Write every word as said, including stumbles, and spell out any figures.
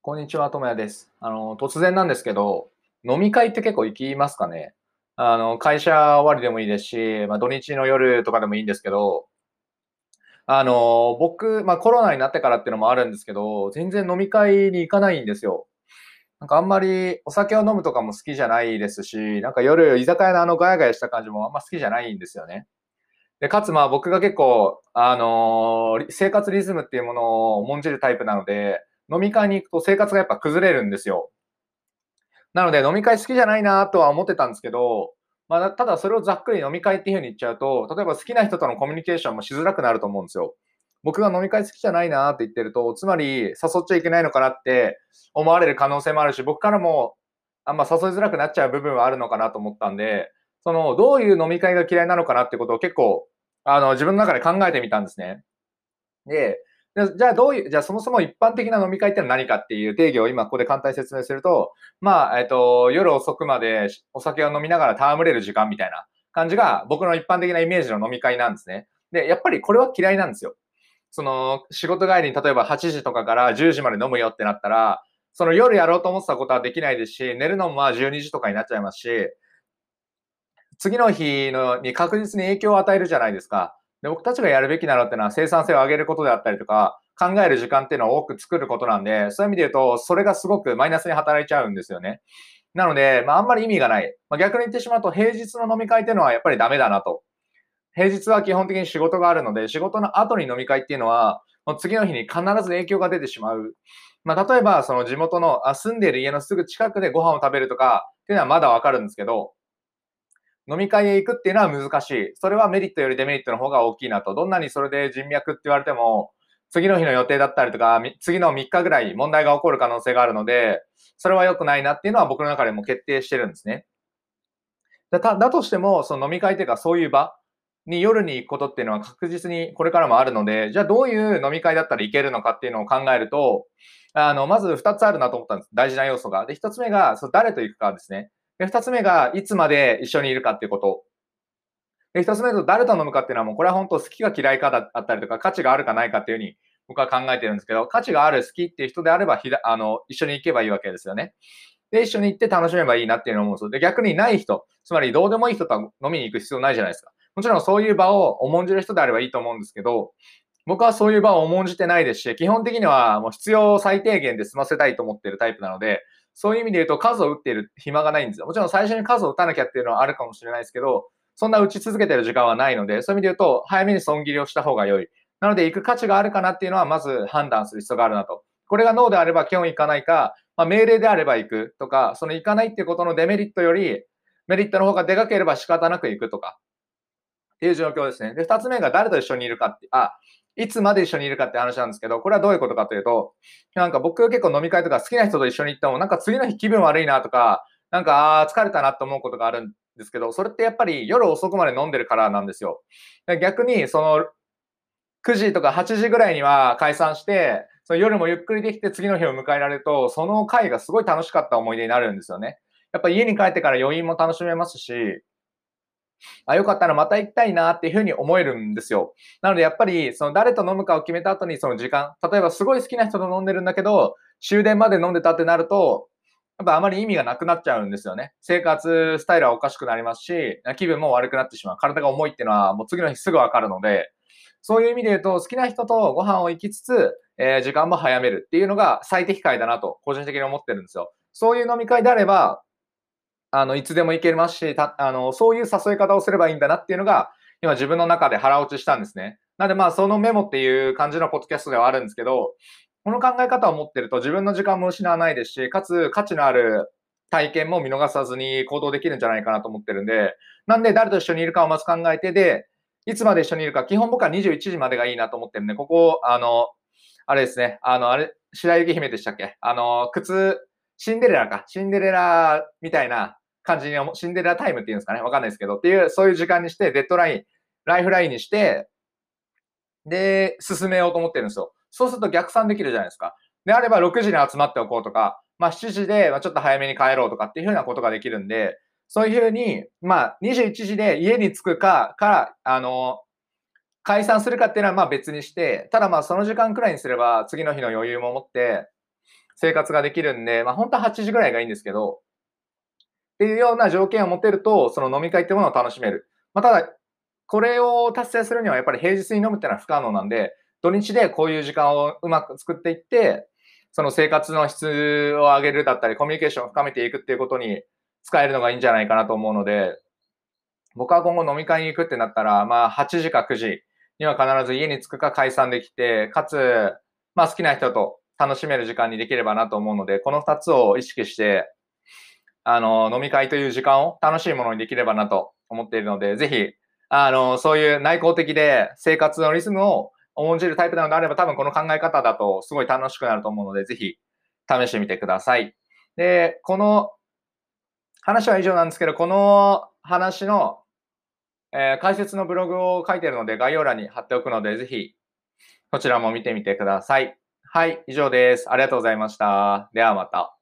こんにちは、ともやです。あの、突然なんですけど、飲み会って結構行きますかね？あの、会社終わりでもいいですし、まあ、土日の夜とかでもいいんですけど、あの、僕、まあ、コロナになってからっていうのもあるんですけど、全然飲み会に行かないんですよ。なんかあんまりお酒を飲むとかも好きじゃないですし、なんか夜居酒屋のあのガヤガヤした感じもあんま好きじゃないんですよね。で、かつ、まあ、僕が結構、あの、り生活リズムっていうものを重んじるタイプなので、飲み会に行くと生活がやっぱ崩れるんですよ。なので、飲み会好きじゃないなとは思ってたんですけど、まあ、ただそれをざっくり飲み会っていう風に言っちゃうと、例えば好きな人とのコミュニケーションもしづらくなると思うんですよ。僕が飲み会好きじゃないなって言ってると、つまり誘っちゃいけないのかなって思われる可能性もあるし、僕からもあんま誘いづらくなっちゃう部分はあるのかなと思ったんで、その、どういう飲み会が嫌いなのかなってことを結構、あの、自分の中で考えてみたんですね。で、で、じゃあどういう、じゃあそもそも一般的な飲み会ってのは何かっていう定義を今ここで簡単に説明すると、まあ、えっと、夜遅くまでお酒を飲みながら戯れる時間みたいな感じが僕の一般的なイメージの飲み会なんですね。で、やっぱりこれは嫌いなんですよ。その、仕事帰りに例えばはちじとかからじゅうじまで飲むよってなったら、その夜やろうと思ってたことはできないですし、寝るのもまあじゅうにじとかになっちゃいますし、次の日のに確実に影響を与えるじゃないですか。で、僕たちがやるべきなのってのは生産性を上げることであったりとか、考える時間っていうのを多く作ることなんで、そういう意味で言うと、それがすごくマイナスに働いちゃうんですよね。なので、まあ、あんまり意味がない。まあ、逆に言ってしまうと、平日の飲み会っていうのはやっぱりダメだなと。平日は基本的に仕事があるので、仕事の後に飲み会っていうのは、もう次の日に必ず影響が出てしまう。まあ、例えば、その地元の、あ、住んでいる家のすぐ近くでご飯を食べるとかっていうのはまだわかるんですけど、飲み会へ行くっていうのは難しい。それはメリットよりデメリットの方が大きいなと。どんなにそれで人脈って言われても、次の日の予定だったりとか、次のみっかぐらい問題が起こる可能性があるので、それは良くないなっていうのは僕の中でも決定してるんですね。だだだとしても、その飲み会というかそういう場に夜に行くことっていうのは確実にこれからもあるので、じゃあどういう飲み会だったら行けるのかっていうのを考えると、あの、まずふたつあるなと思ったんです。大事な要素が。で、ひとつめが、その誰と行くかですね。で、ふたつめが、いつまで一緒にいるかっていうこと。で、一つ目と誰と飲むかっていうのはもうこれは本当好きか嫌いかだったりとか、価値があるかないかっていう風に僕は考えてるんですけど、価値がある好きっていう人であれば、ひだあの、一緒に行けばいいわけですよね。で、一緒に行って楽しめばいいなっていうのを思うんですよ。で、逆にない人、つまりどうでもいい人とは飲みに行く必要ないじゃないですか。もちろんそういう場を重んじる人であればいいと思うんですけど、僕はそういう場を重んじてないですし、基本的にはもう必要最低限で済ませたいと思っているタイプなので、そういう意味で言うと数を打っている暇がないんですよ。もちろん最初に数を打たなきゃっていうのはあるかもしれないですけど、そんな打ち続けてる時間はないので、そういう意味で言うと、早めに損切りをした方が良い。なので、行く価値があるかなっていうのは、まず判断する必要があるなと。これがノーであれば基本行かないか、まあ、命令であれば行くとか、その行かないっていうことのデメリットより、メリットの方がでかければ仕方なく行くとかっていう状況ですね。で、二つ目が誰と一緒にいるかって、あ、いつまで一緒にいるかって話なんですけど、これはどういうことかというと、なんか僕結構飲み会とか好きな人と一緒に行っても、なんか次の日気分悪いなとか、なんか、あー疲れたなと思うことがあるんですけど、それってやっぱり夜遅くまで飲んでるからなんですよ。で逆に、そのくじとかはちじぐらいには解散して、その夜もゆっくりできて次の日を迎えられると、その会がすごい楽しかった思い出になるんですよね。やっぱ家に帰ってから余韻も楽しめますし、あ、よかったらまた行きたいなっていう風に思えるんですよ。なのでやっぱり、その誰と飲むかを決めた後にその時間、例えばすごい好きな人と飲んでるんだけど、終電まで飲んでたってなると、やっぱあまり意味がなくなっちゃうんですよね。生活スタイルはおかしくなりますし、気分も悪くなってしまう。体が重いっていうのはもう次の日すぐわかるので、そういう意味で言うと、好きな人とご飯を行きつつ、えー時間も早めるっていうのが最適解だなと、個人的に思ってるんですよ。そういう飲み会であれば、あの、いつでも行けますし、たあの、そういう誘い方をすればいいんだなっていうのが、今自分の中で腹落ちしたんですね。なんでまあ、そのメモっていう感じのポッドキャストではあるんですけど、この考え方を持ってると自分の時間も失わないですし、かつ価値のある体験も見逃さずに行動できるんじゃないかなと思ってるんで、なんで誰と一緒にいるかをまず考えて、で、いつまで一緒にいるか、基本僕はにじゅういちじまでがいいなと思ってるんで、ここ、あの、あれですね、あの、あれ、白雪姫でしたっけ？あの、靴、シンデレラか。シンデレラみたいな感じに思シンデレラタイムっていうんですかね、わかんないですけど、っていう、そういう時間にして、デッドライン、ライフラインにして、で、進めようと思ってるんですよ。そうすると逆算できるじゃないですか。であればろくじに集まっておこうとか、まあしちじで、ま、ちょっと早めに帰ろうとかっていう風なことができるんで、そういう風に、まあにじゅういちじで家に着くか、か、あの、解散するかっていうのはまあ別にして、ただまあその時間くらいにすれば、次の日の余裕も持って、 生活ができるんで、まあ、本当ははちじぐらいがいいんですけど、っていうような条件を持てると、その飲み会っていうものを楽しめる。まあ、ただ、これを達成するにはやっぱり平日に飲むっていうのは不可能なんで、土日でこういう時間をうまく作っていって、その生活の質を上げるだったり、コミュニケーションを深めていくっていうことに使えるのがいいんじゃないかなと思うので、僕は今後飲み会に行くってなったら、まあ、はちじかくじには必ず家に着くか解散できて、かつ、まあ、好きな人と楽しめる時間にできればなと思うので、このふたつを意識して、あの、飲み会という時間を楽しいものにできればなと思っているので、ぜひ、あの、そういう内向的で生活のリズムを重んじるタイプなのであれば、多分この考え方だとすごい楽しくなると思うので、ぜひ試してみてください。で、この話は以上なんですけど、この話の、えー解説のブログを書いているので、概要欄に貼っておくので、ぜひ、こちらも見てみてください。はい、以上です。ありがとうございました。ではまた。